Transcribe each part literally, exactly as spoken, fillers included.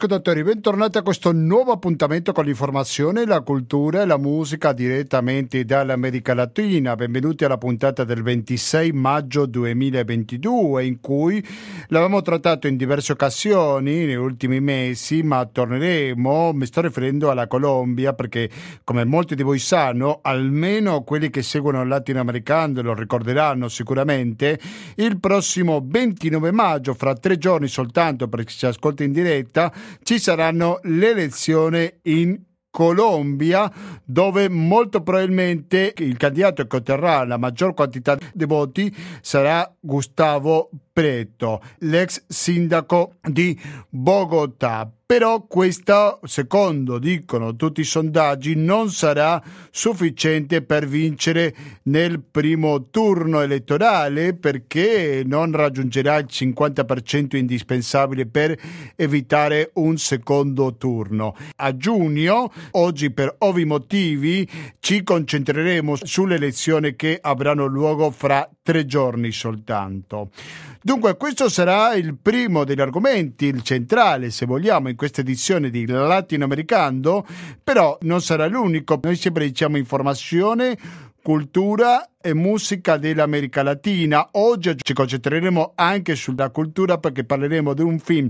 ascoltatori, bentornati a questo nuovo appuntamento con l'informazione, la cultura e la musica direttamente dall'America Latina. Benvenuti alla puntata del ventisei maggio duemilaventidue, in cui l'avevamo trattato in diverse occasioni negli ultimi mesi, ma torneremo, mi sto riferendo alla Colombia, perché come molti di voi sanno, almeno quelli che seguono il latinoamericano lo ricorderanno sicuramente, il prossimo ventinove maggio, fra tre giorni soltanto per chi ci ascolta in diretta, ci saranno le elezioni in Colombia, dove molto probabilmente il candidato che otterrà la maggior quantità di voti sarà Gustavo Petro, l'ex sindaco di Bogotà. Però questo, secondo dicono tutti i sondaggi, non sarà sufficiente per vincere nel primo turno elettorale, perché non raggiungerà il cinquanta per cento indispensabile per evitare un secondo turno. A giugno, oggi per ovvi motivi, ci concentreremo sulle elezioni che avranno luogo fra tre giorni soltanto. Dunque questo sarà il primo degli argomenti, il centrale se vogliamo in questa edizione di Latinoamericano, però non sarà l'unico. Noi sempre diciamo informazione, cultura e musica dell'America Latina. Oggi ci concentreremo anche sulla cultura, perché parleremo di un film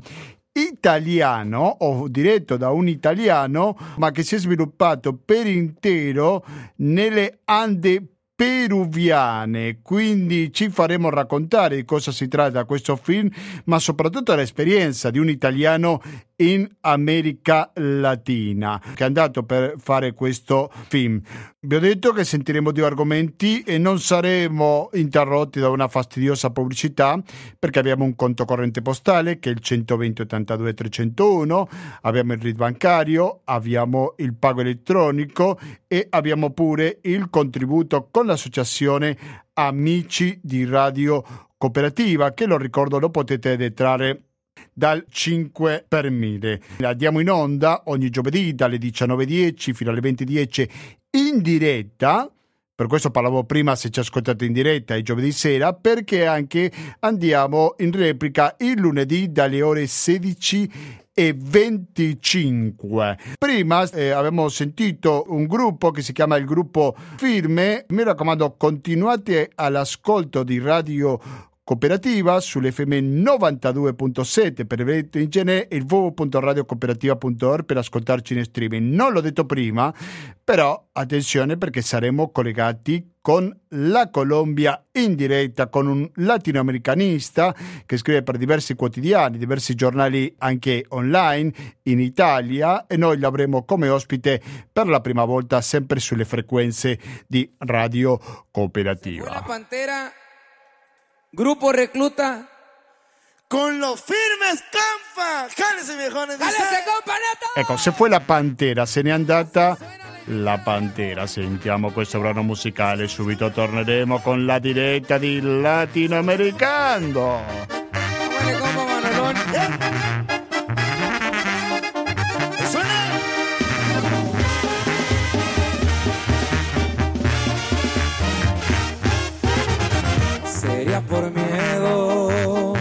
italiano o diretto da un italiano, ma che si è sviluppato per intero nelle Ande peruviane, quindi ci faremo raccontare di cosa si tratta questo film, ma soprattutto l'esperienza di un italiano in America Latina che è andato per fare questo film. Vi ho detto che sentiremo due argomenti e non saremo interrotti da una fastidiosa pubblicità, perché abbiamo un conto corrente postale che è il centoventi ottantadue trecentouno, abbiamo il R I D bancario, abbiamo il pago elettronico e abbiamo pure il contributo con l'associazione Amici di Radio Cooperativa, che lo ricordo lo potete detrarre dal cinque per mille. La diamo in onda ogni giovedì dalle diciannove e dieci fino alle venti e dieci in diretta. Per questo parlavo prima, se ci ascoltate in diretta il giovedì sera, perché anche andiamo in replica il lunedì dalle ore sedici e venticinque. Prima eh, avevamo sentito un gruppo che si chiama il gruppo Firme. Mi raccomando, continuate all'ascolto di Radio Cooperativa sull'F M novantadue virgola sette per evento in genere e il w w w punto radio cooperativa punto org per ascoltarci in streaming. Non l'ho detto prima, però attenzione, perché saremo collegati con la Colombia in diretta, con un latinoamericanista che scrive per diversi quotidiani, diversi giornali anche online in Italia, e noi l'avremo come ospite per la prima volta sempre sulle frequenze di Radio Cooperativa. La Pantera, Grupo Recluta, con los firmes Campa. Cálese, viejones. ¡Cálese, compañero! Ecco, se fue la Pantera, se n'è andata la Pantera. Sentiamo questo brano musicale, subito torneremo con la diretta di Latinoamericano. Vale, compa Manolón. Sería por miedo,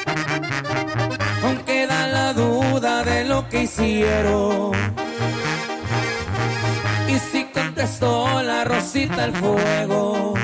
aunque da la duda de lo que hicieron. Y si contestó la Rosita al fuego,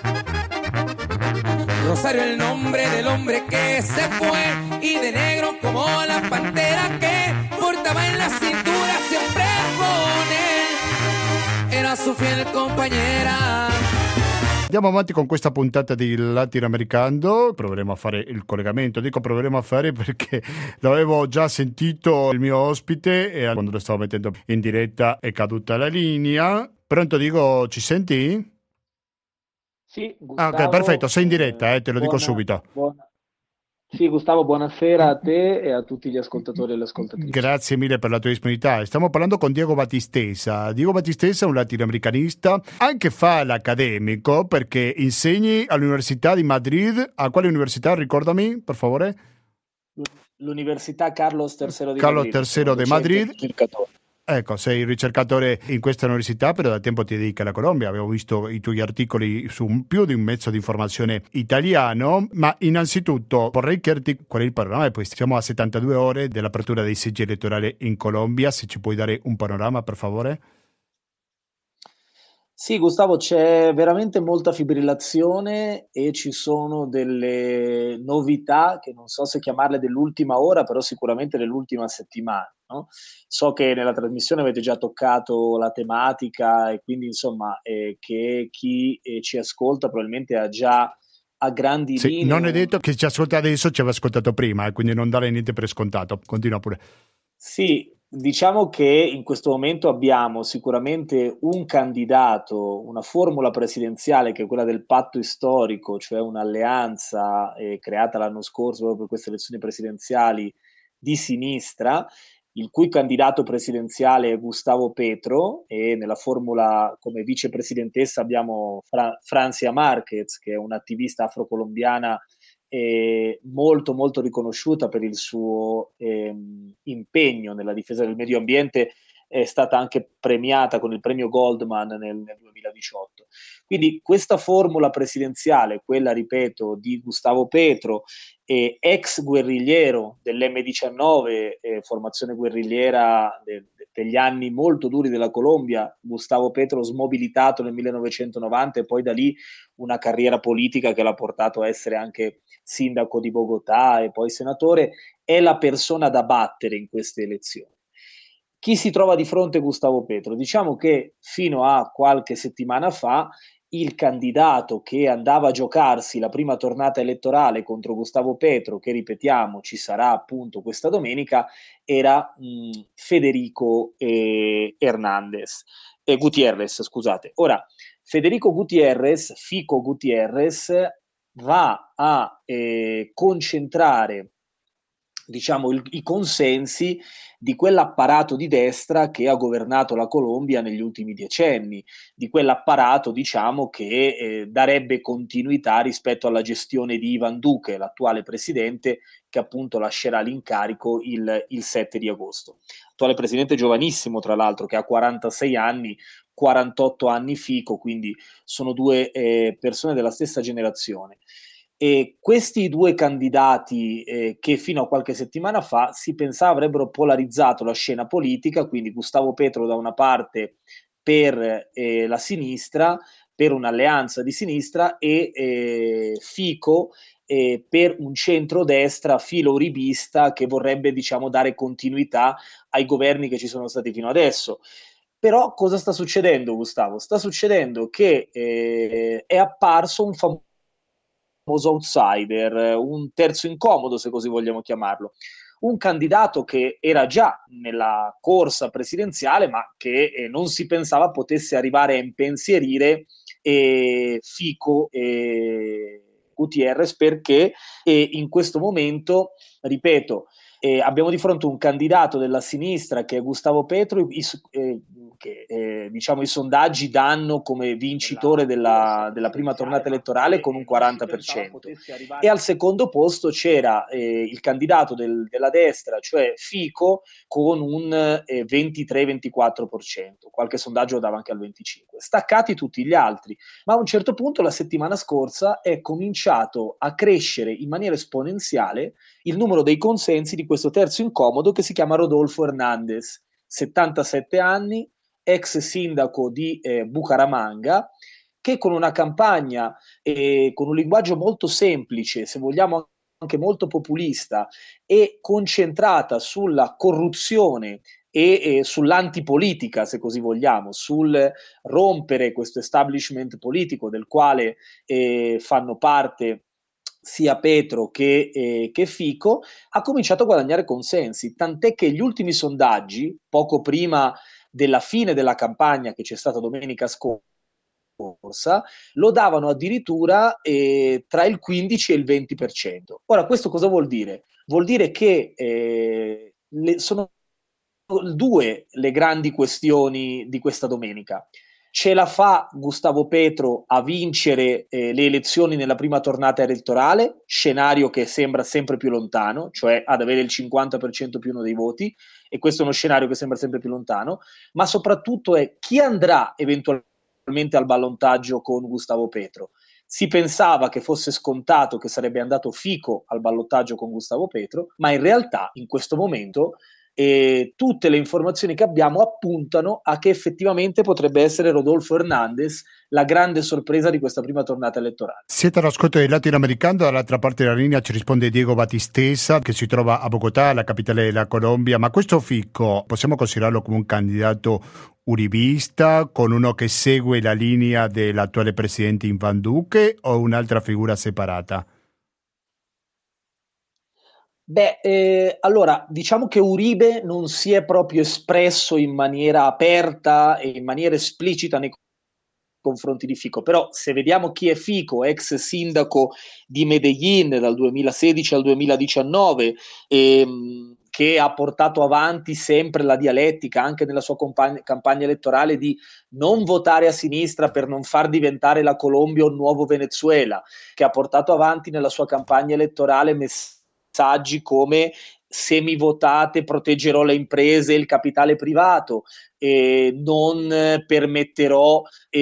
Rosario el nombre del hombre que se fue, y de negro como la pantera que portaba en la cintura siempre con él, era su fiel compañera. Andiamo avanti con questa puntata di Latinoamericano. Proveremo a fare il collegamento. Dico proveremo a fare perché l'avevo già sentito il mio ospite e quando lo stavo mettendo in diretta è caduta la linea. Pronto, Diego, ci senti? Sì, Gustavo. Ah, ok, perfetto, sei in diretta, eh, te lo buona, dico subito. Buona. Sì, Gustavo, buonasera a te e a tutti gli ascoltatori e le ascoltatrici. Grazie mille per la tua disponibilità. Stiamo parlando con Diego Battistesa. Diego Battistesa è un latinoamericanista, anche fa l'accademico, perché insegni all'Università di Madrid. A quale università? Ricordami, per favore. L'Università Carlos terzo di Carlos Madrid. terzo de Madrid. Ecco, sei ricercatore in questa università, però da tempo ti dedichi alla Colombia. Avevo visto i tuoi articoli su un, più di un mezzo di informazione italiano, ma innanzitutto vorrei chiederti qual è il panorama. Poi siamo a settantadue ore dell'apertura dei seggi elettorali in Colombia, se ci puoi dare un panorama, per favore. Sì, Gustavo, c'è veramente molta fibrillazione e ci sono delle novità che non so se chiamarle dell'ultima ora, però sicuramente dell'ultima settimana, no? So che nella trasmissione avete già toccato la tematica e quindi insomma eh, che chi eh, ci ascolta probabilmente ha già a grandi Sì, linee non è un... detto che ci ascolta adesso, ci aveva ascoltato prima, eh, quindi non dare niente per scontato. Continua pure. Sì, diciamo che in questo momento abbiamo sicuramente un candidato, una formula presidenziale che è quella del patto storico, cioè un'alleanza eh, creata l'anno scorso proprio per queste elezioni presidenziali di sinistra, il cui candidato presidenziale è Gustavo Petro e nella formula come vicepresidentessa abbiamo Fra- Francia Márquez, che è un'attivista afrocolombiana eh, molto molto riconosciuta per il suo ehm, impegno nella difesa del medio ambiente, è stata anche premiata con il premio Goldman nel, nel duemiladiciotto. Quindi questa formula presidenziale, quella ripeto di Gustavo Petro, eh, ex guerrigliero dell'emme diciannove, eh, formazione guerrigliera de, de, degli anni molto duri della Colombia, Gustavo Petro smobilitato nel millenovecentonovanta e poi da lì una carriera politica che l'ha portato a essere anche sindaco di Bogotà e poi senatore, è la persona da battere in queste elezioni. Chi si trova di fronte a Gustavo Petro? Diciamo che fino a qualche settimana fa il candidato che andava a giocarsi la prima tornata elettorale contro Gustavo Petro, che ripetiamo ci sarà appunto questa domenica, era mh, Federico eh, Hernández, eh, Gutiérrez, scusate. Ora, Federico Gutiérrez, Fico Gutiérrez, va a eh, concentrare diciamo, il, i consensi di quell'apparato di destra che ha governato la Colombia negli ultimi decenni, di quell'apparato diciamo, che eh, darebbe continuità rispetto alla gestione di Iván Duque, l'attuale presidente, che appunto lascerà l'incarico il, il sette di agosto. Attuale presidente giovanissimo, tra l'altro, che ha quarantasei anni, quarantotto anni Fico, quindi sono due eh, persone della stessa generazione. E questi due candidati eh, che fino a qualche settimana fa si pensava avrebbero polarizzato la scena politica, quindi Gustavo Petro da una parte per eh, la sinistra, per un'alleanza di sinistra e eh, Fico eh, per un centrodestra filo-uribista che vorrebbe diciamo dare continuità ai governi che ci sono stati fino adesso. Però cosa sta succedendo, Gustavo? Sta succedendo che eh, è apparso un famoso outsider, un terzo incomodo, se così vogliamo chiamarlo. Un candidato che era già nella corsa presidenziale, ma che eh, non si pensava potesse arrivare a impensierire eh, Fico e Gutiérrez, perché eh, in questo momento, ripeto, eh, abbiamo di fronte un candidato della sinistra che è Gustavo Petro, i, eh, che eh, diciamo i sondaggi danno come vincitore della, della prima tornata elettorale con un quaranta per cento, e al secondo posto c'era eh, il candidato del, della destra, cioè Fico, con un eh, ventitré ventiquattro per cento, qualche sondaggio lo dava anche al venticinque per cento, staccati tutti gli altri, ma a un certo punto la settimana scorsa è cominciato a crescere in maniera esponenziale il numero dei consensi di questo terzo incomodo che si chiama Rodolfo Hernández, settantasette anni, ex sindaco di eh, Bucaramanga, che con una campagna e eh, con un linguaggio molto semplice, se vogliamo anche molto populista, e concentrata sulla corruzione e eh, sull'antipolitica, se così vogliamo, sul rompere questo establishment politico del quale eh, fanno parte sia Petro che, eh, che Fico, ha cominciato a guadagnare consensi, tant'è che gli ultimi sondaggi, poco prima della fine della campagna che c'è stata domenica scorsa, lo davano addirittura eh, tra il quindici e il venti per cento. Ora, questo cosa vuol dire? Vuol dire che eh, le, sono due le grandi questioni di questa domenica. Ce la fa Gustavo Petro a vincere eh, le elezioni nella prima tornata elettorale, scenario che sembra sempre più lontano, cioè ad avere il cinquanta per cento più uno dei voti, e questo è uno scenario che sembra sempre più lontano, ma soprattutto è chi andrà eventualmente al ballottaggio con Gustavo Petro. Si pensava che fosse scontato che sarebbe andato Fico al ballottaggio con Gustavo Petro, ma in realtà in questo momento e tutte le informazioni che abbiamo appuntano a che effettivamente potrebbe essere Rodolfo Hernandez la grande sorpresa di questa prima tornata elettorale. Siete all'ascolto del latinoamericano, dall'altra parte della linea ci risponde Diego Battistesa che si trova a Bogotà, la capitale della Colombia, ma questo Fico possiamo considerarlo come un candidato uribista, con uno che segue la linea dell'attuale presidente Iván Duque o un'altra figura separata? Beh, eh, allora, diciamo che Uribe non si è proprio espresso in maniera aperta e in maniera esplicita nei confronti di Fico, però se vediamo chi è Fico, ex sindaco di Medellín dal duemilasedici al duemiladiciannove, ehm, che ha portato avanti sempre la dialettica anche nella sua compagna, campagna elettorale di non votare a sinistra per non far diventare la Colombia un nuovo Venezuela, che ha portato avanti nella sua campagna elettorale messaggi come se mi votate proteggerò le imprese e il capitale privato, eh, non permetterò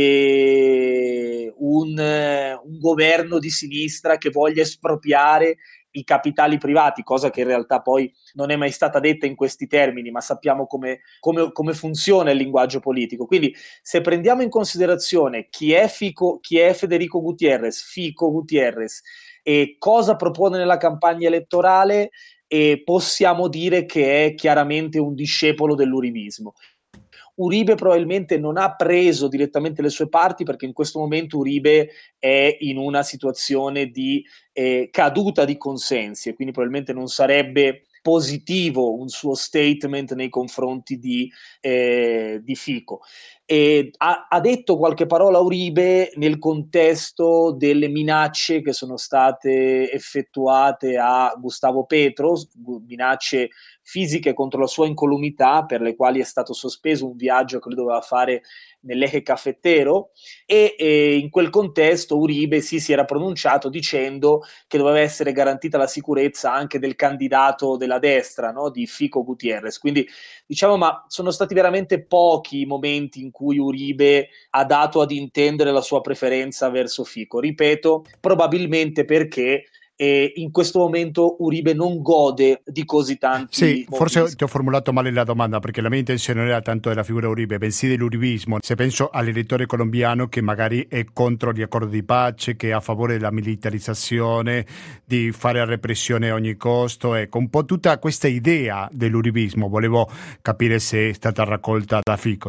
eh, un, un governo di sinistra che voglia espropriare i capitali privati, cosa che in realtà poi non è mai stata detta in questi termini, ma sappiamo come, come, come funziona il linguaggio politico. Quindi se prendiamo in considerazione chi è, Fico, chi è Federico Gutiérrez, Fico Gutiérrez, e cosa propone nella campagna elettorale, e possiamo dire che è chiaramente un discepolo dell'uribismo. Uribe probabilmente non ha preso direttamente le sue parti perché in questo momento Uribe è in una situazione di eh, caduta di consensi e quindi probabilmente non sarebbe positivo un suo statement nei confronti di, eh, di Fico. E ha, ha detto qualche parola Uribe nel contesto delle minacce che sono state effettuate a Gustavo Petro, minacce fisiche contro la sua incolumità, per le quali è stato sospeso un viaggio che lui doveva fare nell'Eje Cafetero, e, e in quel contesto Uribe sì, si era pronunciato dicendo che doveva essere garantita la sicurezza anche del candidato della destra, no? Di Fico Gutiérrez. Quindi diciamo, ma sono stati veramente pochi i momenti in cui Uribe ha dato ad intendere la sua preferenza verso Fico. Ripeto, probabilmente perché e in questo momento Uribe non gode di così tanti sì, forse motivi. ti ho formulato male la domanda perché la mia intenzione non era tanto della figura Uribe bensì dell'uribismo. Se penso all'elettore colombiano che magari è contro gli accordi di pace, che è a favore della militarizzazione, di fare repressione a ogni costo, ecco un po' tutta questa idea dell'uribismo volevo capire se è stata raccolta da Fico.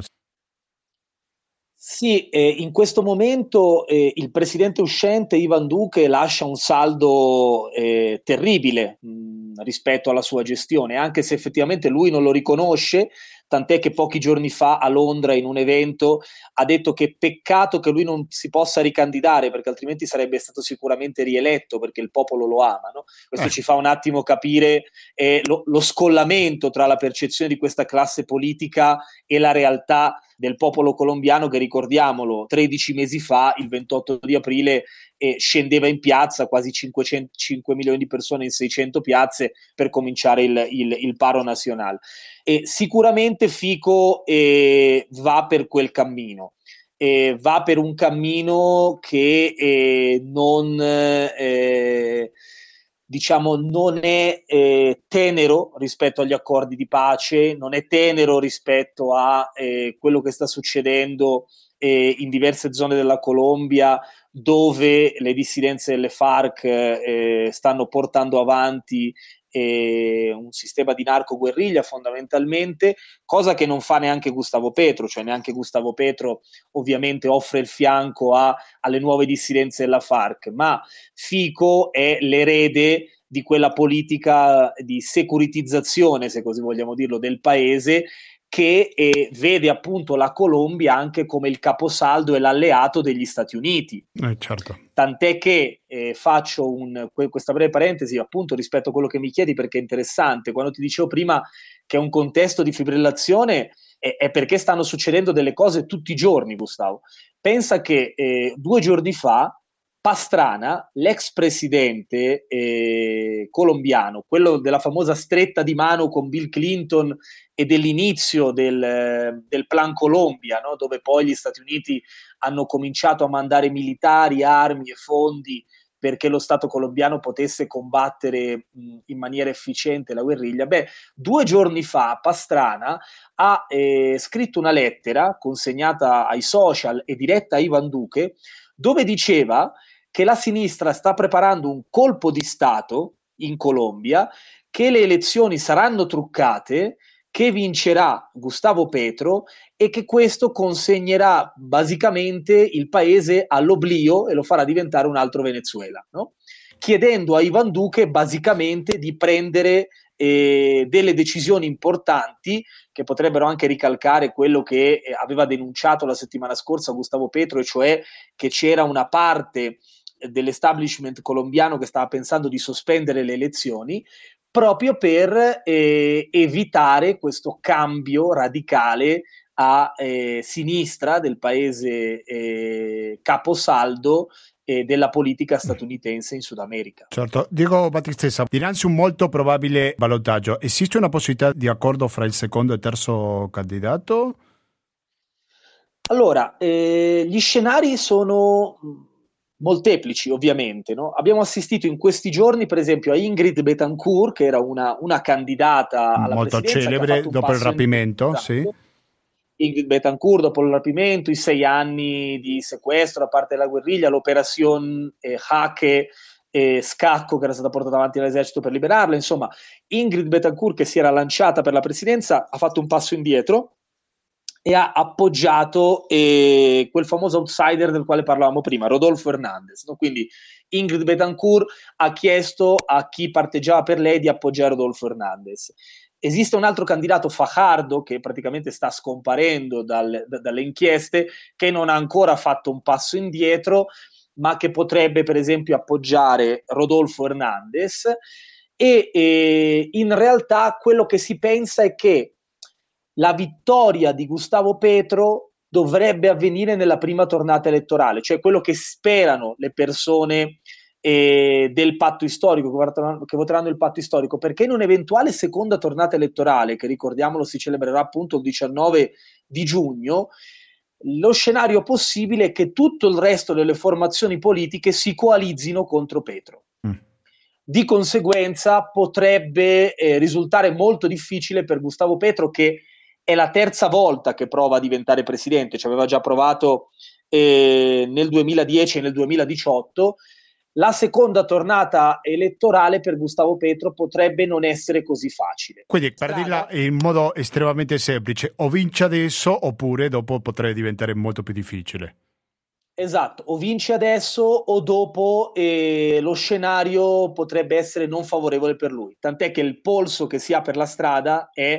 Sì, eh, in questo momento eh, il presidente uscente Iván Duque lascia un saldo eh, terribile mh, rispetto alla sua gestione, anche se effettivamente lui non lo riconosce, tant'è che pochi giorni fa a Londra in un evento ha detto che peccato che lui non si possa ricandidare perché altrimenti sarebbe stato sicuramente rieletto perché il popolo lo ama, no? Questo eh. ci fa un attimo capire eh, lo, lo scollamento tra la percezione di questa classe politica e la realtà del popolo colombiano che, ricordiamolo, tredici mesi fa, il ventotto di aprile, eh, scendeva in piazza quasi cinquecento, cinque milioni di persone in seicento piazze per cominciare il, il, il paro nazionale. E sicuramente Fico eh, va per quel cammino. Eh, va per un cammino che eh, non eh, diciamo non è eh, tenero rispetto agli accordi di pace, non è tenero rispetto a eh, quello che sta succedendo eh, in diverse zone della Colombia dove le dissidenze delle FARC eh, stanno portando avanti eh, un sistema di narcoguerriglia fondamentalmente, cosa che non fa neanche Gustavo Petro, cioè neanche Gustavo Petro ovviamente offre il fianco a, alle nuove dissidenze della FARC, ma Fico è l'erede di quella politica di securitizzazione, se così vogliamo dirlo, del paese, che eh, vede appunto la Colombia anche come il caposaldo e l'alleato degli Stati Uniti. Eh, certo. Tant'è che eh, faccio un, questa breve parentesi appunto rispetto a quello che mi chiedi perché è interessante. Quando ti dicevo prima che è un contesto di fibrillazione è, è perché stanno succedendo delle cose tutti i giorni, Gustavo. Pensa che eh, due giorni fa Pastrana, l'ex presidente eh, colombiano, quello della famosa stretta di mano con Bill Clinton e dell'inizio del, del Plan Colombia, no? Dove poi gli Stati Uniti hanno cominciato a mandare militari, armi e fondi perché lo Stato colombiano potesse combattere mh, in maniera efficiente la guerriglia. Beh, due giorni fa Pastrana ha eh, scritto una lettera consegnata ai social e diretta a Ivan Duque, dove diceva che la sinistra sta preparando un colpo di Stato in Colombia, che le elezioni saranno truccate, che vincerà Gustavo Petro e che questo consegnerà basicamente il paese all'oblio e lo farà diventare un altro Venezuela, no? Chiedendo a Ivan Duque basicamente di prendere eh, delle decisioni importanti che potrebbero anche ricalcare quello che eh, aveva denunciato la settimana scorsa Gustavo Petro, e cioè che c'era una parte dell'establishment colombiano che stava pensando di sospendere le elezioni proprio per eh, evitare questo cambio radicale a eh, sinistra del paese eh, caposaldo eh, della politica statunitense in Sud America. Certo. Diego Battistessa, dinanzi a un molto probabile ballottaggio, esiste una possibilità di accordo fra il secondo e il terzo candidato? Allora, eh, gli scenari sono molteplici, ovviamente, no? Abbiamo assistito in questi giorni, per esempio, a Ingrid Betancourt, che era una, una candidata alla molto presidenza, celebre dopo il rapimento, in... sì. Ingrid Betancourt, dopo il rapimento, i sei anni di sequestro da parte della guerriglia, l'operazione eh, Jaque e Scacco che era stata portata avanti dall'esercito per liberarla. Insomma, Ingrid Betancourt, che si era lanciata per la presidenza, ha fatto un passo indietro e ha appoggiato eh, quel famoso outsider del quale parlavamo prima, Rodolfo Hernández, no? Quindi Ingrid Betancourt ha chiesto a chi parteggiava per lei di appoggiare Rodolfo Hernández. Esiste un altro candidato, Fajardo, che praticamente sta scomparendo dal, d- dalle inchieste, che non ha ancora fatto un passo indietro, ma che potrebbe per esempio appoggiare Rodolfo Hernández, e eh, in realtà quello che si pensa è che la vittoria di Gustavo Petro dovrebbe avvenire nella prima tornata elettorale, cioè quello che sperano le persone eh, del patto storico, che voteranno, che voteranno il patto storico, perché in un'eventuale seconda tornata elettorale, che ricordiamolo si celebrerà appunto il diciannove di giugno, lo scenario possibile è che tutto il resto delle formazioni politiche si coalizzino contro Petro. Mm. Di conseguenza potrebbe eh, risultare molto difficile per Gustavo Petro, che è la terza volta che prova a diventare presidente, ci aveva già provato eh, nel duemiladieci e nel duemiladiciotto. La seconda tornata elettorale per Gustavo Petro potrebbe non essere così facile. Quindi, per dirla in modo estremamente semplice, o vince adesso oppure dopo potrebbe diventare molto più difficile. Esatto, o vince adesso o dopo eh, lo scenario potrebbe essere non favorevole per lui, tant'è che il polso che si ha per la strada è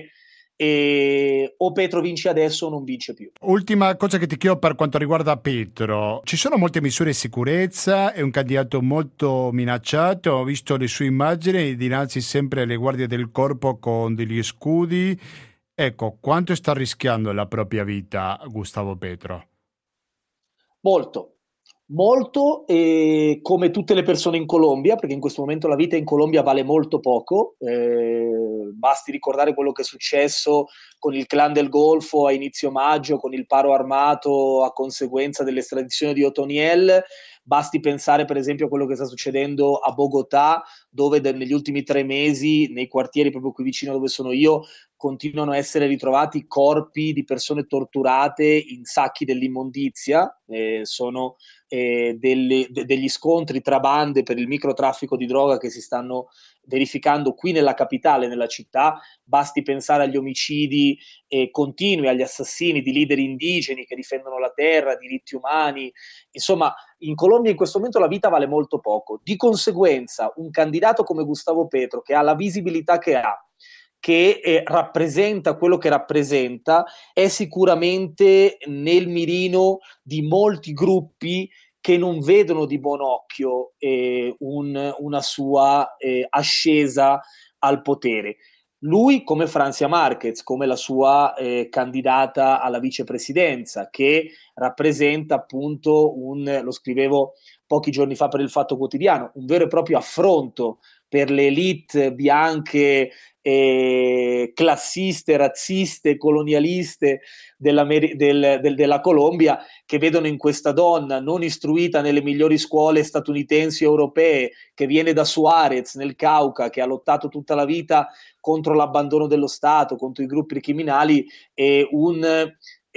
e o Petro vince adesso o non vince più. Ultima cosa che ti chiedo per quanto riguarda Petro: ci sono molte misure di sicurezza, è un candidato molto minacciato, ho visto le sue immagini dinanzi sempre alle guardie del corpo con degli scudi. Ecco, quanto sta rischiando la propria vita Gustavo Petro? Molto. Molto, e come tutte le persone in Colombia, perché in questo momento la vita in Colombia vale molto poco, eh, basti ricordare quello che è successo con il clan del Golfo a inizio maggio, con il paro armato a conseguenza dell'estradizione di Otoniel, basti pensare per esempio a quello che sta succedendo a Bogotà, dove de- negli ultimi tre mesi, nei quartieri proprio qui vicino dove sono io, continuano a essere ritrovati corpi di persone torturate in sacchi dell'immondizia, eh, sono eh, delle, de- degli scontri tra bande per il microtraffico di droga che si stanno verificando qui nella capitale, nella città. Basti pensare agli omicidi eh, continui, agli assassini di leader indigeni che difendono la terra, diritti umani. Insomma, in Colombia in questo momento la vita vale molto poco. Di conseguenza, un candidato come Gustavo Petro, che ha la visibilità che ha, che eh, rappresenta quello che rappresenta, è sicuramente nel mirino di molti gruppi che non vedono di buon occhio eh, un, una sua eh, ascesa al potere. Lui, come Francia Marquez, come la sua eh, candidata alla vicepresidenza, che rappresenta appunto un, lo scrivevo pochi giorni fa per il Fatto Quotidiano, un vero e proprio affronto per le elite bianche, eh, classiste, razziste, colonialiste del, del, della Colombia, che vedono in questa donna non istruita nelle migliori scuole statunitensi e europee, che viene da Suarez nel Cauca, che ha lottato tutta la vita contro l'abbandono dello Stato, contro i gruppi criminali, e un,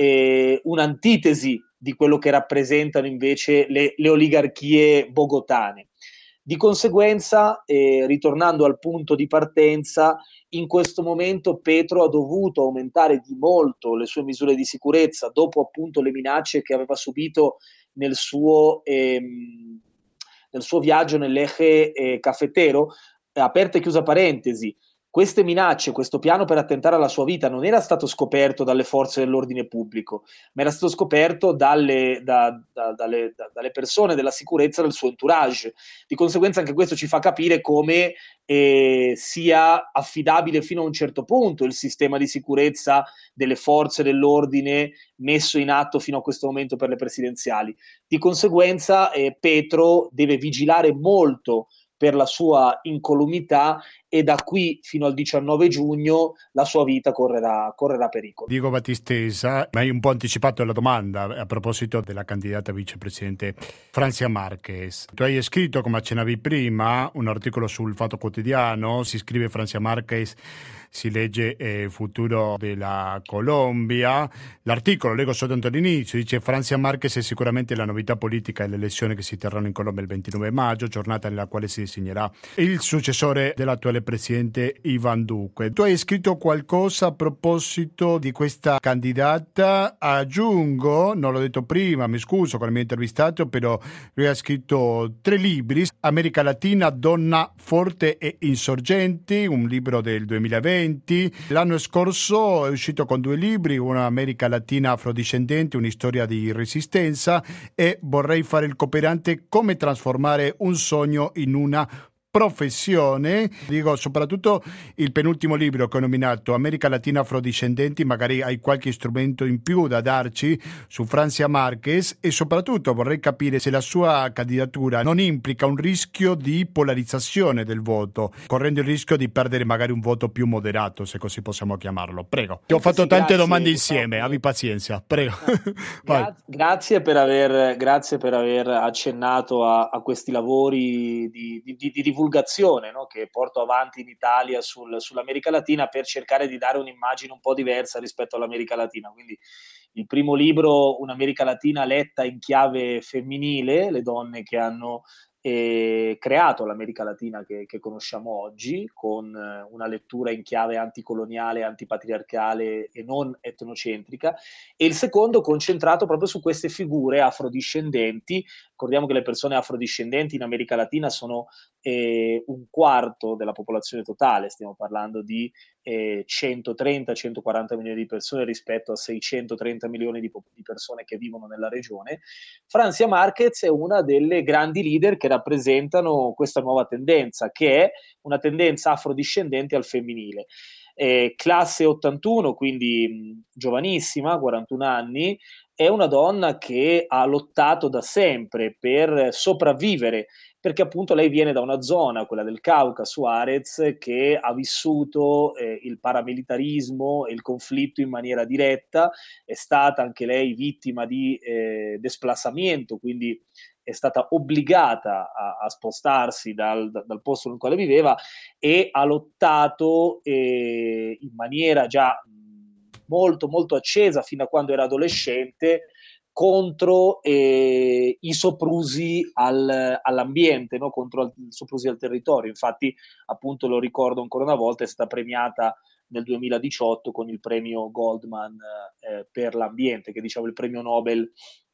eh, un'antitesi di quello che rappresentano invece le, le oligarchie bogotane. Di conseguenza, eh, ritornando al punto di partenza, in questo momento Petro ha dovuto aumentare di molto le sue misure di sicurezza dopo appunto le minacce che aveva subito nel suo, ehm, nel suo viaggio nell'eje eh, cafetero. Aperta e chiusa parentesi, queste minacce, questo piano per attentare alla sua vita non era stato scoperto dalle forze dell'ordine pubblico, ma era stato scoperto dalle, da, da, dalle, da, dalle persone della sicurezza del suo entourage. Di conseguenza anche questo ci fa capire come eh, sia affidabile fino a un certo punto il sistema di sicurezza delle forze dell'ordine messo in atto fino a questo momento per le presidenziali. Di conseguenza eh, Petro deve vigilare molto per la sua incolumità, e da qui fino al diciannove giugno la sua vita correrà, correrà pericolo. Diego Battistesa, mi hai un po' anticipato la domanda a proposito della candidata vicepresidente Francia Márquez. Tu hai scritto, come accennavi prima, un articolo sul Fatto Quotidiano, si scrive Francia Márquez, si legge eh, Futuro della Colombia. L'articolo, leggo soltanto all'inizio, dice: Francia Márquez è sicuramente la novità politica alle elezioni che si terranno in Colombia il ventinove maggio, giornata nella quale si designerà il successore dell'attuale presidente Iván Duque. Tu hai scritto qualcosa a proposito di questa candidata. Aggiungo, non l'ho detto prima, mi scuso con il mio intervistato, però lui ha scritto tre libri: America Latina, donna forte e insorgenti, un libro del duemilaventi. L'anno scorso è uscito con due libri, una America Latina afrodiscendente, una storia di resistenza, e Vorrei fare il cooperante, come trasformare un sogno in una professione. Dico soprattutto il penultimo libro che ho nominato, America Latina afrodiscendenti, magari hai qualche strumento in più da darci su Francia Márquez, e soprattutto vorrei capire se la sua candidatura non implica un rischio di polarizzazione del voto, correndo il rischio di perdere magari un voto più moderato, se così possiamo chiamarlo. Prego. Ti ho fatto sì, tante grazie, domande Gustavo. insieme, abbi pazienza. Prego. Gra- grazie per aver, grazie per aver accennato a, a questi lavori di, di, di divulgazione, no, che porto avanti in Italia sul, sull'America Latina, per cercare di dare un'immagine un po' diversa rispetto all'America Latina. Quindi il primo libro, un'America Latina letta in chiave femminile, le donne che hanno eh, creato l'America Latina che, che conosciamo oggi, con eh, una lettura in chiave anticoloniale, antipatriarcale e non etnocentrica, e il secondo concentrato proprio su queste figure afrodiscendenti. Ricordiamo che le persone afrodiscendenti in America Latina sono eh, un quarto della popolazione totale, stiamo parlando di eh, centotrenta centoquaranta milioni di persone rispetto a seicentotrenta milioni di, di persone che vivono nella regione. Francia Márquez è una delle grandi leader che rappresentano questa nuova tendenza, che è una tendenza afrodiscendente al femminile. Eh, classe ottantuno, quindi mh, giovanissima, quarantuno anni, è una donna che ha lottato da sempre per sopravvivere, perché appunto lei viene da una zona, quella del Cauca, Suarez, che ha vissuto eh, il paramilitarismo e il conflitto in maniera diretta, è stata anche lei vittima di eh, desplazamento, quindi è stata obbligata a, a spostarsi dal, dal posto nel quale viveva, e ha lottato eh, in maniera già molto molto accesa fino a quando era adolescente contro eh, i soprusi al, all'ambiente, no? Contro i soprusi al territorio. Infatti, appunto, lo ricordo ancora una volta, è stata premiata nel duemiladiciotto con il premio Goldman eh, per l'ambiente, che diciamo il premio Nobel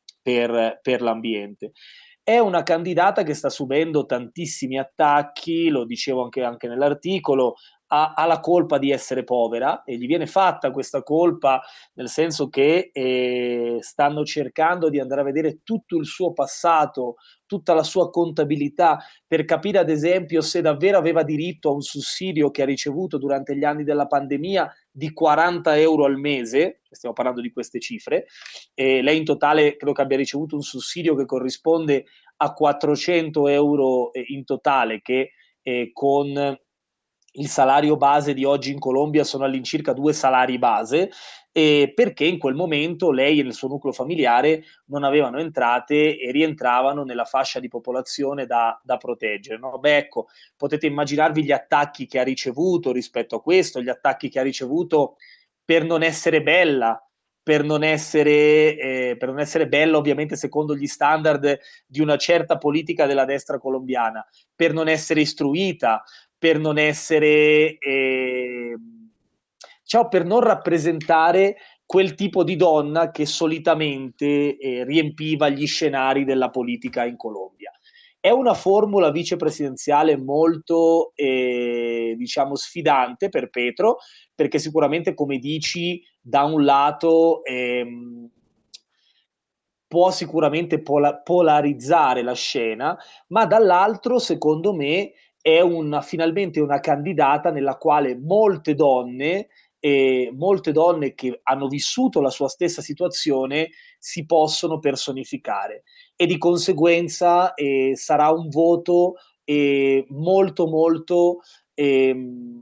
per, per l'ambiente. È una candidata che sta subendo tantissimi attacchi, lo dicevo anche, anche nell'articolo, ha, ha la colpa di essere povera, e gli viene fatta questa colpa nel senso che eh, stanno cercando di andare a vedere tutto il suo passato, tutta la sua contabilità, per capire ad esempio se davvero aveva diritto a un sussidio che ha ricevuto durante gli anni della pandemia di quaranta euro al mese, stiamo parlando di queste cifre, e lei in totale credo che abbia ricevuto un sussidio che corrisponde a quattrocento euro in totale, che eh, con il salario base di oggi in Colombia sono all'incirca due salari base, eh, perché in quel momento lei e il suo nucleo familiare non avevano entrate e rientravano nella fascia di popolazione da, da proteggere. No? Beh, ecco, potete immaginarvi gli attacchi che ha ricevuto rispetto a questo, gli attacchi che ha ricevuto per non essere bella, per non essere, eh, per non essere bella ovviamente secondo gli standard di una certa politica della destra colombiana, per non essere istruita, per non essere, eh, diciamo, per non rappresentare quel tipo di donna che solitamente eh, riempiva gli scenari della politica in Colombia. È una formula vicepresidenziale molto, eh, diciamo, sfidante per Petro, perché sicuramente, come dici, da un lato ehm, può sicuramente pola- polarizzare la scena, ma dall'altro, secondo me, è una, finalmente una candidata nella quale molte donne, eh, molte donne che hanno vissuto la sua stessa situazione si possono personificare, e di conseguenza eh, sarà un voto eh, molto molto ehm,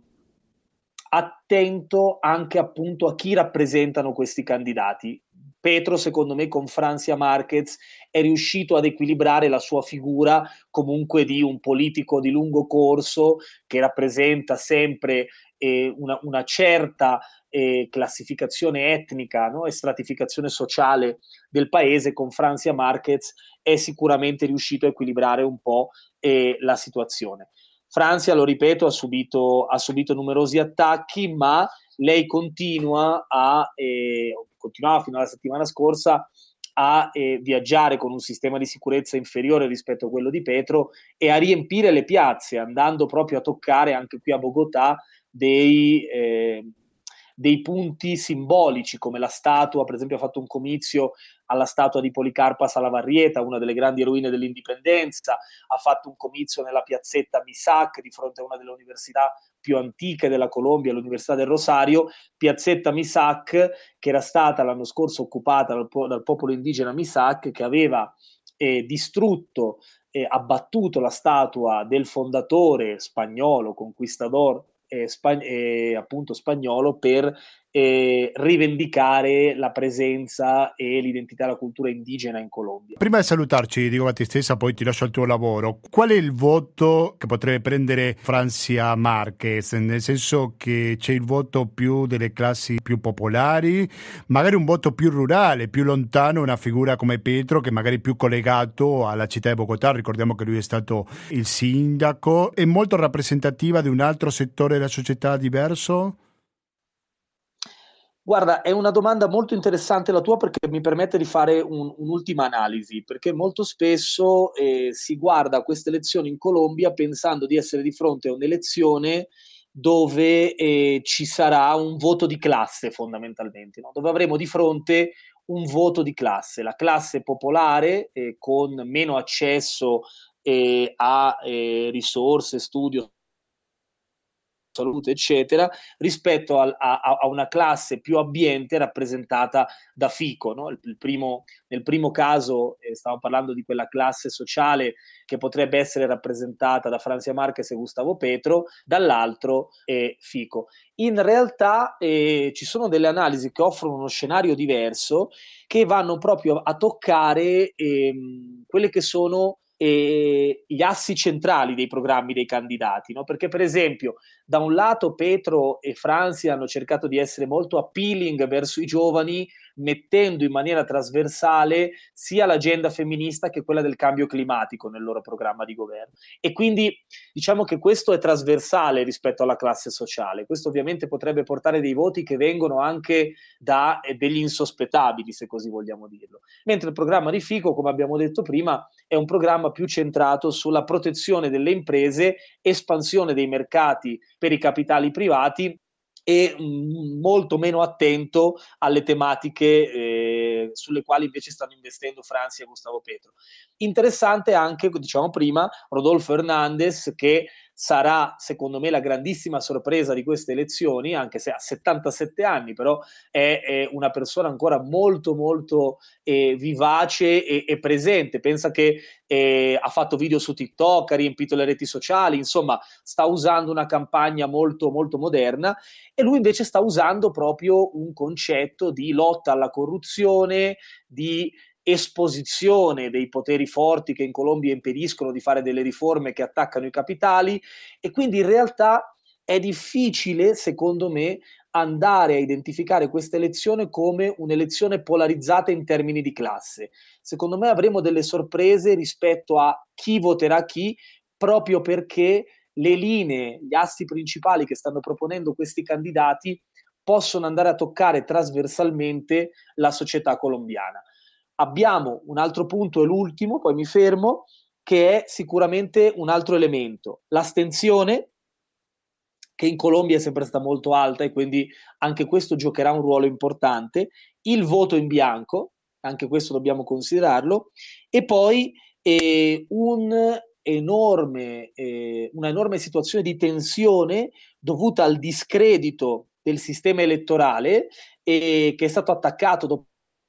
attento anche appunto a chi rappresentano questi candidati. Petro, secondo me, con Francia Marquez è riuscito ad equilibrare la sua figura comunque di un politico di lungo corso che rappresenta sempre eh, una, una certa eh, classificazione etnica, no? E stratificazione sociale del paese. Con Francia Marquez è sicuramente riuscito a equilibrare un po' eh, la situazione. Francia, lo ripeto, ha subito, ha subito numerosi attacchi, ma lei continua a, eh, continuava fino alla settimana scorsa a eh, viaggiare con un sistema di sicurezza inferiore rispetto a quello di Petro e a riempire le piazze, andando proprio a toccare anche qui a Bogotà dei, eh, dei punti simbolici, come la statua. Per esempio ha fatto un comizio alla statua di Policarpa Salavarrieta, una delle grandi eroine dell'indipendenza, ha fatto un comizio nella piazzetta Misac di fronte a una delle università più antiche della Colombia, l'Università del Rosario, piazzetta Misac che era stata l'anno scorso occupata dal, dal popolo indigena Misac, che aveva eh, distrutto, eh, abbattuto la statua del fondatore spagnolo, conquistador eh, spa- eh, appunto spagnolo, per eh, rivendicare la presenza e l'identità e la cultura indigena in Colombia. Prima di salutarci, dico a te stessa, poi ti lascio al tuo lavoro. Qual è il voto che potrebbe prendere Francia Marquez? Nel senso che c'è il voto più delle classi più popolari, magari un voto più rurale, più lontano, una figura come Petro che magari è più collegato alla città di Bogotà. Ricordiamo che lui è stato il sindaco. È molto rappresentativa di un altro settore della società diverso? Guarda, è una domanda molto interessante la tua, perché mi permette di fare un, un'ultima analisi, perché molto spesso eh, si guarda a queste elezioni in Colombia pensando di essere di fronte a un'elezione dove eh, ci sarà un voto di classe fondamentalmente, no? Dove avremo di fronte un voto di classe, la classe popolare eh, con meno accesso eh, a eh, risorse, studio, salute, eccetera, rispetto a, a, a una classe più abbiente rappresentata da Fico, no? Il, il primo, nel primo caso eh, stiamo parlando di quella classe sociale che potrebbe essere rappresentata da Francia Marquez e Gustavo Petro, dall'altro eh, Fico. In realtà eh, ci sono delle analisi che offrono uno scenario diverso, che vanno proprio a toccare ehm, quelle che sono e gli assi centrali dei programmi dei candidati, no? Perché per esempio da un lato Petro e Francia hanno cercato di essere molto appealing verso i giovani, mettendo in maniera trasversale sia l'agenda femminista che quella del cambio climatico nel loro programma di governo. E quindi diciamo che questo è trasversale rispetto alla classe sociale. Questo ovviamente potrebbe portare dei voti che vengono anche da eh, degli insospettabili, se così vogliamo dirlo. Mentre il programma di Fico, come abbiamo detto prima, è un programma più centrato sulla protezione delle imprese, espansione dei mercati per i capitali privati e mh, molto meno attento alle tematiche eh, sulle quali invece stanno investendo Franzi e Gustavo Petro. Interessante anche, diciamo prima, Rodolfo Hernandez, che sarà secondo me la grandissima sorpresa di queste elezioni, anche se ha settantasette anni, però è, è una persona ancora molto molto eh, vivace e, e presente. Pensa che eh, ha fatto video su TikTok, ha riempito le reti sociali, insomma sta usando una campagna molto molto moderna, e lui invece sta usando proprio un concetto di lotta alla corruzione, di esposizione dei poteri forti che in Colombia impediscono di fare delle riforme che attaccano i capitali, e quindi in realtà è difficile, secondo me, andare a identificare questa elezione come un'elezione polarizzata in termini di classe. Secondo me avremo delle sorprese rispetto a chi voterà chi, proprio perché le linee, gli assi principali che stanno proponendo questi candidati possono andare a toccare trasversalmente la società colombiana. Abbiamo un altro punto, e l'ultimo, poi mi fermo, che è sicuramente un altro elemento: l'astensione, che in Colombia è sempre stata molto alta e quindi anche questo giocherà un ruolo importante, il voto in bianco, anche questo dobbiamo considerarlo, e poi eh, un enorme, eh, una enorme situazione di tensione dovuta al discredito del sistema elettorale eh, che è stato attaccato dopo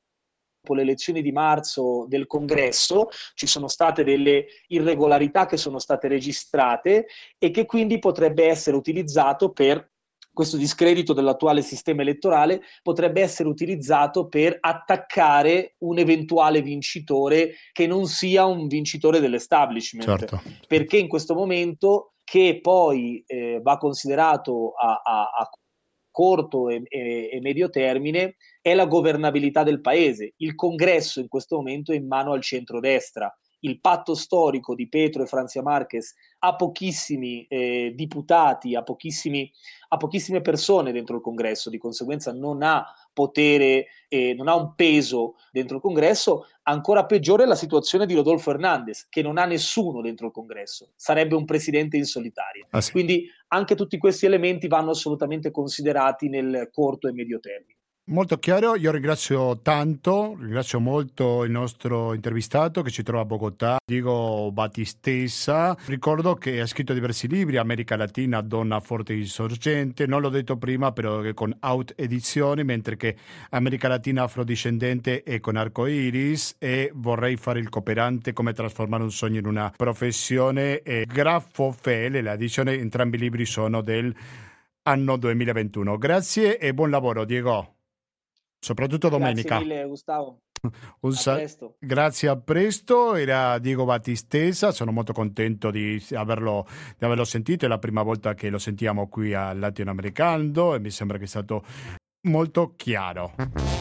le elezioni di marzo del Congresso. Ci sono state delle irregolarità che sono state registrate e che quindi potrebbe essere utilizzato per questo discredito dell'attuale sistema elettorale, potrebbe essere utilizzato per attaccare un eventuale vincitore che non sia un vincitore dell'establishment. Certo. Perché in questo momento, che poi eh, va considerato a, a, a corto e, e, e medio termine, è la governabilità del paese. Il Congresso in questo momento è in mano al centrodestra. Il patto storico di Petro e Francia Marquez ha pochissimi eh, diputati, ha, pochissimi, ha pochissime persone dentro il Congresso, di conseguenza non ha potere, eh, non ha un peso dentro il Congresso. Ancora peggiore è la situazione di Rodolfo Hernandez, che non ha nessuno dentro il Congresso, sarebbe un presidente in solitaria. Ah, sì. Quindi anche tutti questi elementi vanno assolutamente considerati nel corto e medio termine. Molto chiaro, io ringrazio tanto, ringrazio molto il nostro intervistato che ci trova a Bogotà, Diego Battistessa. Ricordo che ha scritto diversi libri: America Latina, Donna Forte Insorgente, non l'ho detto prima, però che con Out Edizioni, mentre che America Latina Afrodiscendente è con Arcoiris, e Vorrei fare il cooperante, come trasformare un sogno in una professione, e Graffofele, la edizione. Entrambi i libri sono del anno duemilaventuno. Grazie e buon lavoro, Diego. Soprattutto domenica. Grazie mille, Gustavo. Un a sa- presto. Grazie, a presto. Era Diego Battistessa, sono molto contento di averlo, di averlo sentito, è la prima volta che lo sentiamo qui al Latinoamericano e mi sembra che è stato molto chiaro.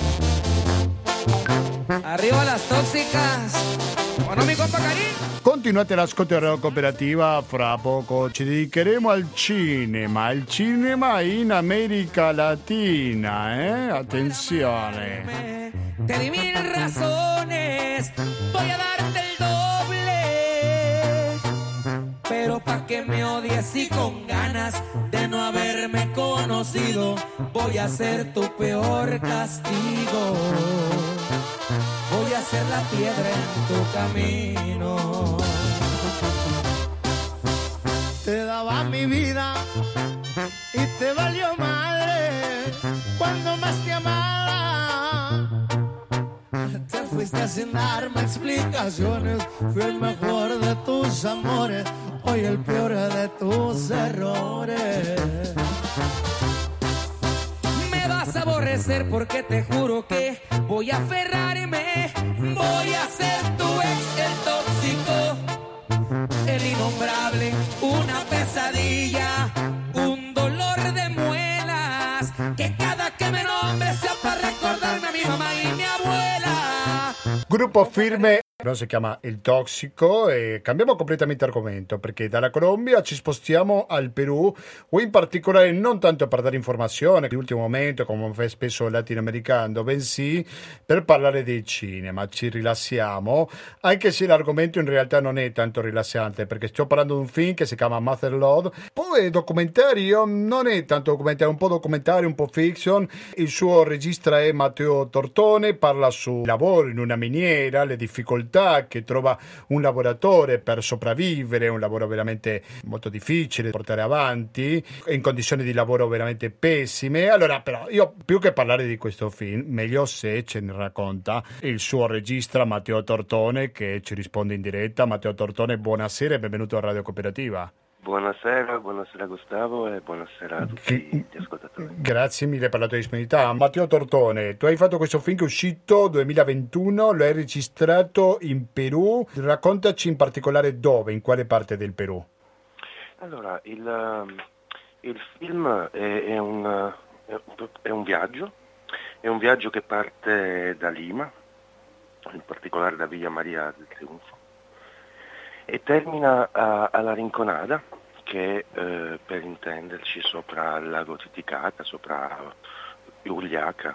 Arriba las tóxicas. Bueno, mi compa Karim. Continuate l'ascolto della cooperativa, fra poco ci dedicheremo al cinema, il cinema in America Latina, eh? Attenzione. Te di mil razones, voy a darte el doble, pero pa' que me odies y con ganas de no haberme conocido, voy a ser tu peor castigo. Voy a ser la piedra en tu camino. Te daba mi vida y te valió madre cuando más te amaba. Te fuiste sin darme explicaciones. Fui el mejor de tus amores, hoy el peor de tus errores. Me vas a aborrecer porque te juro que voy a aferrarme. Voy a ser tu ex, el tóxico, el innombrable, una pesadilla, un dolor de muelas, que cada que me nombres sea para recordarme a mi mamá y Gruppo Firme, no, si chiama Il Tossico, e cambiamo completamente argomento perché dalla Colombia ci spostiamo al Perù, o in particolare non tanto per dare informazione di ultimo momento come fa spesso il latinoamericano, bensì per parlare del cinema. Ci rilassiamo, anche se l'argomento in realtà non è tanto rilassante, perché sto parlando di un film che si chiama Mother Lode, poi documentario, non è tanto documentario, un po' documentario, un po' fiction. Il suo regista è Matteo Tortone, parla sul lavoro in una miniera, le difficoltà che trova un lavoratore per sopravvivere, un lavoro veramente molto difficile da portare avanti, in condizioni di lavoro veramente pessime. Allora, però, io più che parlare di questo film, meglio se ce ne racconta il suo regista Matteo Tortone, che ci risponde in diretta. Matteo Tortone, buonasera e benvenuto a Radio Cooperativa. Buonasera, buonasera Gustavo e buonasera a tutti gli ascoltatori. Grazie mille per la tua disponibilità. Matteo Tortone, tu hai fatto questo film che è uscito duemilaventuno, lo hai registrato in Perù. Raccontaci in particolare dove, in quale parte del Perù. Allora, il, il film è, è, un, è un viaggio, è un viaggio che parte da Lima, in particolare da Villa Maria del Triunfo, e termina a, alla Rinconada, che eh, per intenderci sopra il lago Titicata, sopra Juliaca,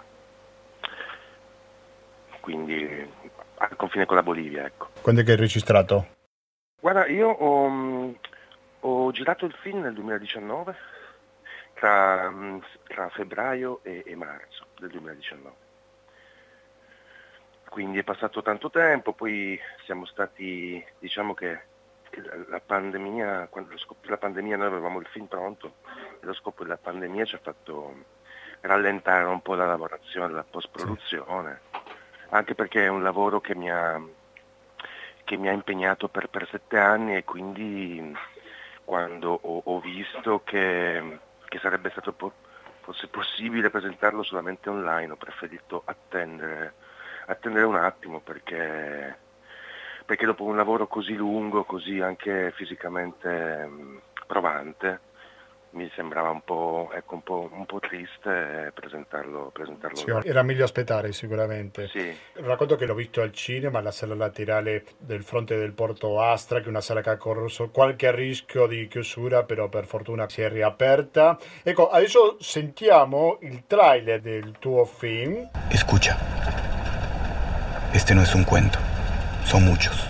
quindi al confine con la Bolivia, ecco. Quando è che hai registrato? Guarda, io ho, ho girato il film nel duemiladiciannove, tra, tra febbraio e, e marzo del duemiladiciannove. Quindi è passato tanto tempo, poi siamo stati, diciamo che la pandemia, quando lo scoppio della pandemia noi avevamo il film pronto e lo scoppio della pandemia ci ha fatto rallentare un po' la lavorazione, la post-produzione, sì. Anche perché è un lavoro che mi ha, che mi ha impegnato per, per sette anni e quindi quando ho, ho visto che, che sarebbe stato po- fosse possibile presentarlo solamente online, ho preferito attendere attendere un attimo perché, perché dopo un lavoro così lungo, così anche fisicamente mh, provante, mi sembrava un po', ecco, un po', un po' triste presentarlo, presentarlo sì, era meglio aspettare sicuramente. Sì. Racconto che l'ho visto al cinema, alla sala laterale del fronte del Porto Astra, che è una sala che ha corso qualche rischio di chiusura, però per fortuna si è riaperta. Ecco, adesso sentiamo il trailer del tuo film. Escucha. Este no es un cuento, son muchos.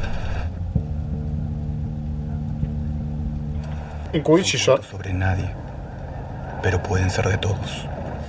In cui ci sono sobre nadie, pero pueden ser de todos.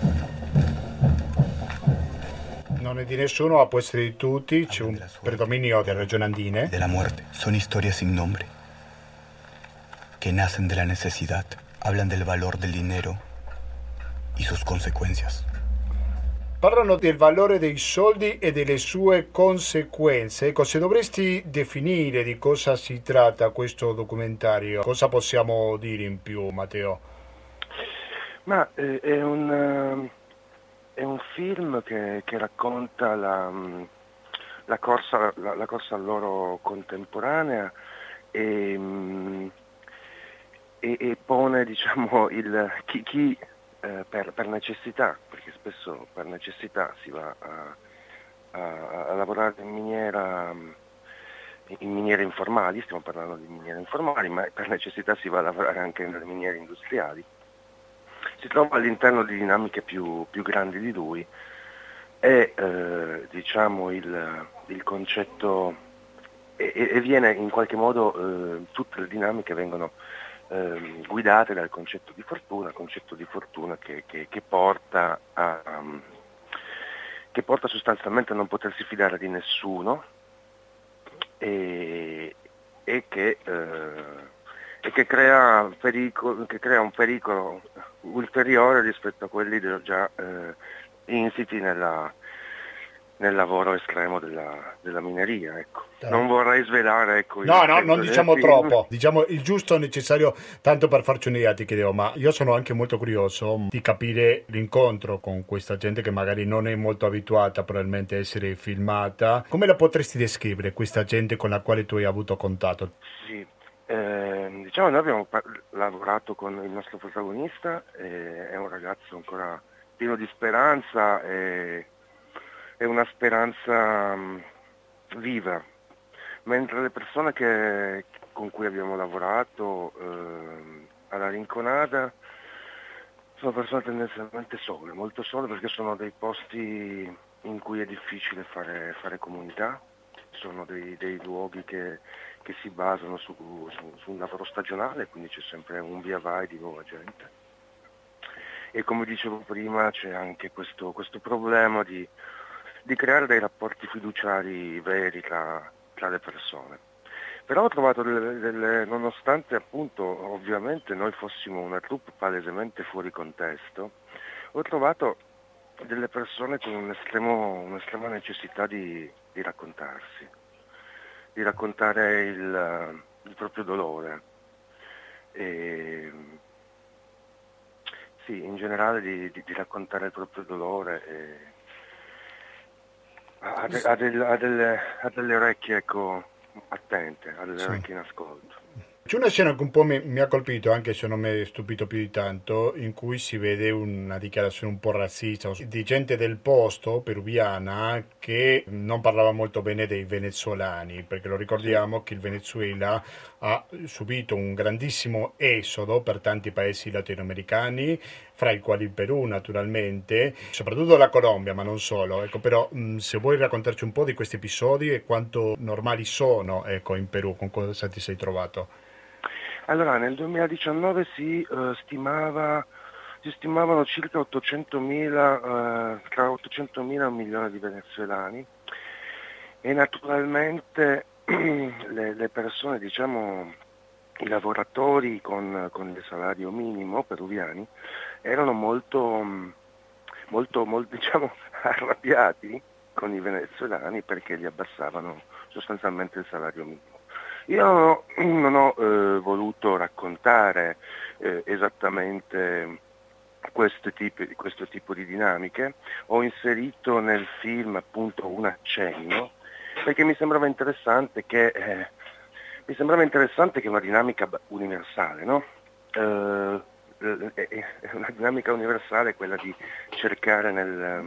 Non è di nessuno, può essere di tutti, c'è un predominio delle regioni andine. De la muerte, son historias sin nombre, que nacen de la necesidad, hablan del valor del dinero y sus consecuencias. Parlano del valore dei soldi e delle sue conseguenze. Ecco, se dovresti definire di cosa si tratta questo documentario, cosa possiamo dire in più, Matteo? Ma eh, è, un, uh, è un film che, che racconta la, la, corsa, la, la corsa loro contemporanea e, e, e pone, diciamo, il, chi... chi Eh, per, per necessità, perché spesso per necessità si va a, a, a lavorare in miniera, in miniere informali, stiamo parlando di miniere informali, ma per necessità si va a lavorare anche nelle miniere industriali. Si trova all'interno di dinamiche più, più grandi di lui e eh, diciamo il, il concetto e, e viene in qualche modo eh, tutte le dinamiche vengono guidate dal concetto di fortuna, concetto di fortuna che, che, che porta a, um, che porta sostanzialmente a non potersi fidare di nessuno e, e, che, eh, e che, crea pericolo, che crea un pericolo ulteriore rispetto a quelli già eh, insiti nella, nel lavoro estremo della, della mineria, ecco. Non vorrei svelare, ecco. No, no, non diciamo troppo. Diciamo il giusto necessario, tanto per farci un'idea, ti chiedevo, ma io sono anche molto curioso di capire l'incontro con questa gente che magari non è molto abituata probabilmente a essere filmata. Come la potresti descrivere, questa gente con la quale tu hai avuto contatto? Sì, eh, diciamo noi abbiamo par- lavorato con il nostro protagonista, eh, è un ragazzo ancora pieno di speranza, e è una speranza viva, mentre le persone che, con cui abbiamo lavorato eh, alla Rinconada sono persone tendenzialmente sole, molto sole, perché sono dei posti in cui è difficile fare, fare comunità, sono dei, dei luoghi che, che si basano su, su, su un lavoro stagionale, quindi c'è sempre un via vai di nuova gente. E come dicevo prima c'è anche questo, questo problema di, di creare dei rapporti fiduciari veri tra, tra le persone. Però ho trovato delle, delle, nonostante appunto ovviamente noi fossimo una troupe palesemente fuori contesto, ho trovato delle persone con un estremo, un'estrema necessità di, di raccontarsi, di raccontare il, il proprio dolore. E, sì, in generale di, di, di raccontare il proprio dolore e ha, ha, del, ha, delle, ha delle orecchie, ecco, attente, ha delle sì. orecchie in ascolto. C'è una scena che un po' mi, mi ha colpito, anche se non mi è stupito più di tanto, in cui si vede una dichiarazione un po' razzista di gente del posto peruviana che non parlava molto bene dei venezuelani, perché lo ricordiamo che il Venezuela ha subito un grandissimo esodo per tanti paesi latinoamericani, fra i quali il Perù naturalmente, soprattutto la Colombia, ma non solo. Ecco, però mh, se vuoi raccontarci un po' di questi episodi e quanto normali sono, ecco, in Perù, con cosa ti sei trovato? Allora, nel duemiladiciannove si uh, stimava, si stimavano circa ottocentomila, uh, tra ottocentomila e un milione di venezuelani, e naturalmente le, le persone, diciamo, i lavoratori con, con il salario minimo peruviani erano molto, molto, molto diciamo, arrabbiati con i venezuelani perché gli abbassavano sostanzialmente il salario minimo. Io non ho, non ho eh, voluto raccontare eh, esattamente questo tipo, questo tipo di dinamiche, ho inserito nel film appunto un accenno perché mi sembrava interessante che eh, mi sembrava interessante che una dinamica universale, no? Eh, è una dinamica universale quella di cercare nel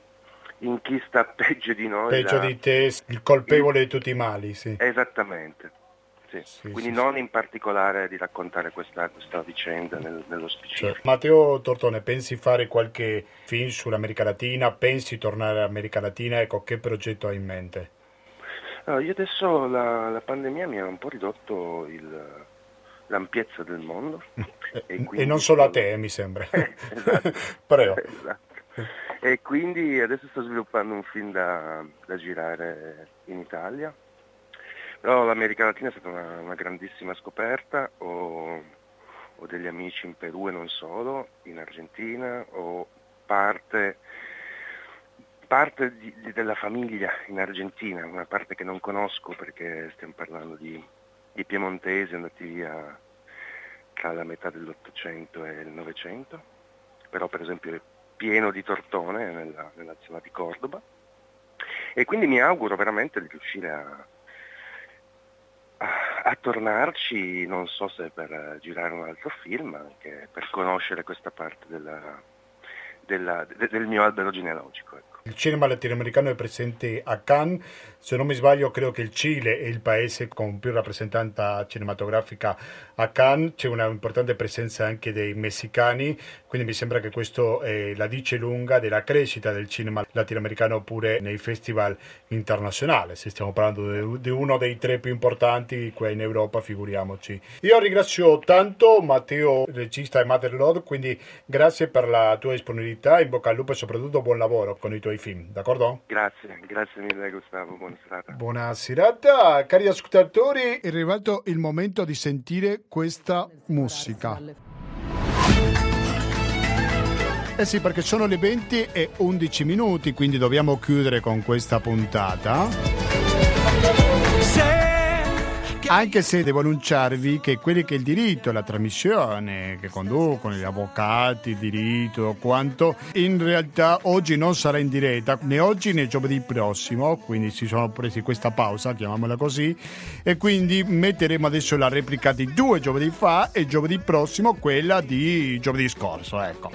in chi sta peggio di noi. Peggio la... di te, il colpevole il... di tutti i mali, sì. Esattamente. Sì. Sì, Quindi sì, non sì. in particolare di raccontare questa, questa vicenda nel, nello specifico. Cioè, Matteo Tortone, pensi fare qualche film sull'America Latina? Pensi tornare all'America Latina? Ecco, che progetto hai in mente? Allora, io adesso la, la pandemia mi ha un po' ridotto il, l'ampiezza del mondo. e, e non solo a te, mi sembra. Eh, esatto. Prego. Esatto. E quindi adesso sto sviluppando un film da, da girare in Italia. Però l'America Latina è stata una, una grandissima scoperta, ho, ho degli amici in Perù e non solo, in Argentina, ho parte, parte di, di, della famiglia in Argentina, una parte che non conosco perché stiamo parlando di, di piemontesi andati via tra la metà dell'Ottocento e il Novecento, però per esempio è pieno di Tortone nella, nella zona di Cordoba, e quindi mi auguro veramente di riuscire a A, a tornarci, non so se per girare un altro film, ma anche per conoscere questa parte della, della, de, del mio albero genealogico. Ecco. Il cinema latinoamericano è presente a Cannes, se non mi sbaglio credo che il Cile è il paese con più rappresentanza cinematografica a Cannes, c'è una importante presenza anche dei messicani, quindi mi sembra che questo eh, la dice lunga della crescita del cinema latinoamericano pure nei festival internazionali, se stiamo parlando di uno dei tre più importanti qua in Europa, figuriamoci. Io ringrazio tanto Matteo, regista e Motherlode, quindi grazie per la tua disponibilità, in bocca al lupo e soprattutto buon lavoro con i tuoi film, d'accordo? Grazie, grazie mille Gustavo, buona serata. Buona serata, cari ascoltatori, è arrivato il momento di sentire questa musica. Eh sì, perché sono le venti e undici minuti, quindi dobbiamo chiudere con questa puntata. Anche se devo annunciarvi che quelli che il diritto, la trasmissione che conducono gli avvocati, il diritto, quanto, in realtà oggi non sarà in diretta, né oggi né giovedì prossimo, quindi si sono presi questa pausa, chiamiamola così, e quindi metteremo adesso la replica di due giovedì fa e giovedì prossimo quella di giovedì scorso, ecco.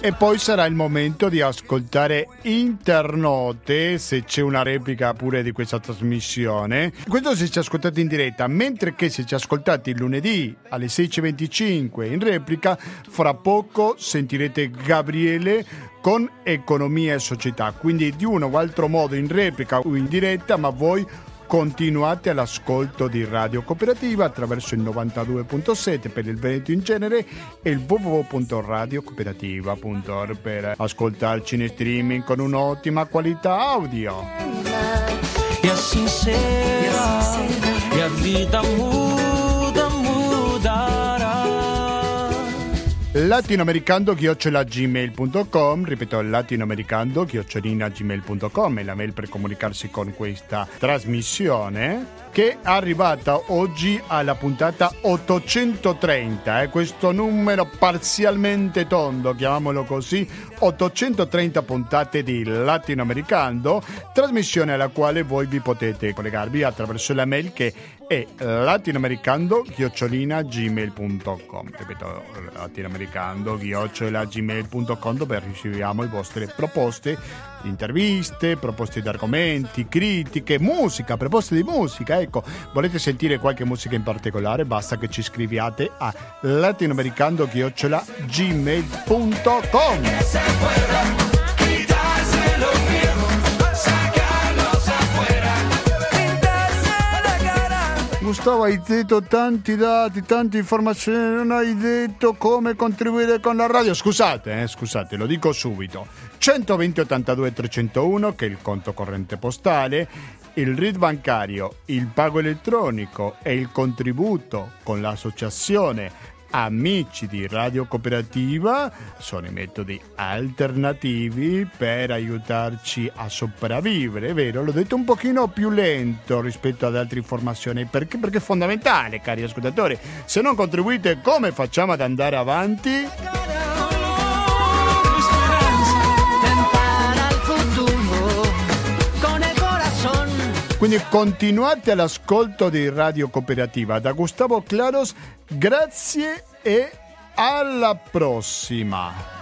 e poi sarà il momento di ascoltare Internote, se c'è una replica pure di questa trasmissione. Questo se ci ascoltate in diretta, mentre che se ci ascoltate il lunedì alle sedici e venticinque in replica, fra poco sentirete Gabriele con Economia e Società, quindi di uno o altro modo in replica o in diretta, ma voi continuate all'ascolto di Radio Cooperativa attraverso il novantadue virgola sette per il Veneto in genere e il w w w punto radio cooperativa punto org per ascoltarci in streaming con un'ottima qualità audio. E assim será, e a vida muda, mudará. latinoamericando chiocciola gmail punto com, ripeto, latinoamericando chiocciolina gmail punto com è la mail per comunicarsi con questa trasmissione, che è arrivata oggi alla puntata ottocentotrenta, eh? Questo numero parzialmente tondo, chiamiamolo così, ottocentotrenta puntate di Latinoamericando, trasmissione alla quale voi vi potete collegarvi attraverso la mail che è latinoamericando chiocciolina gmail punto com, ripeto, latinoamericando chiocciola gmail punto com, dove riceviamo le vostre proposte di interviste, proposte di argomenti, critiche, musica, proposte di musica. Ecco, volete sentire qualche musica in particolare? Basta che ci scriviate a latinoamericando chiocciola gmail punto com. Gustavo, hai detto tanti dati, tante informazioni, non hai detto come contribuire con la radio. Scusate, eh, scusate, lo dico subito. centoventi ottantadue trecentouno, che è il conto corrente postale, il R I D bancario, il pago elettronico e il contributo con l'associazione Amici di Radio Cooperativa sono i metodi alternativi per aiutarci a sopravvivere. È vero, l'ho detto un pochino più lento rispetto ad altre informazioni, perché, perché è fondamentale, cari ascoltatori. Se non contribuite, come facciamo ad andare avanti? Quindi continuate all'ascolto di Radio Cooperativa. Da Gustavo Claros, grazie e alla prossima.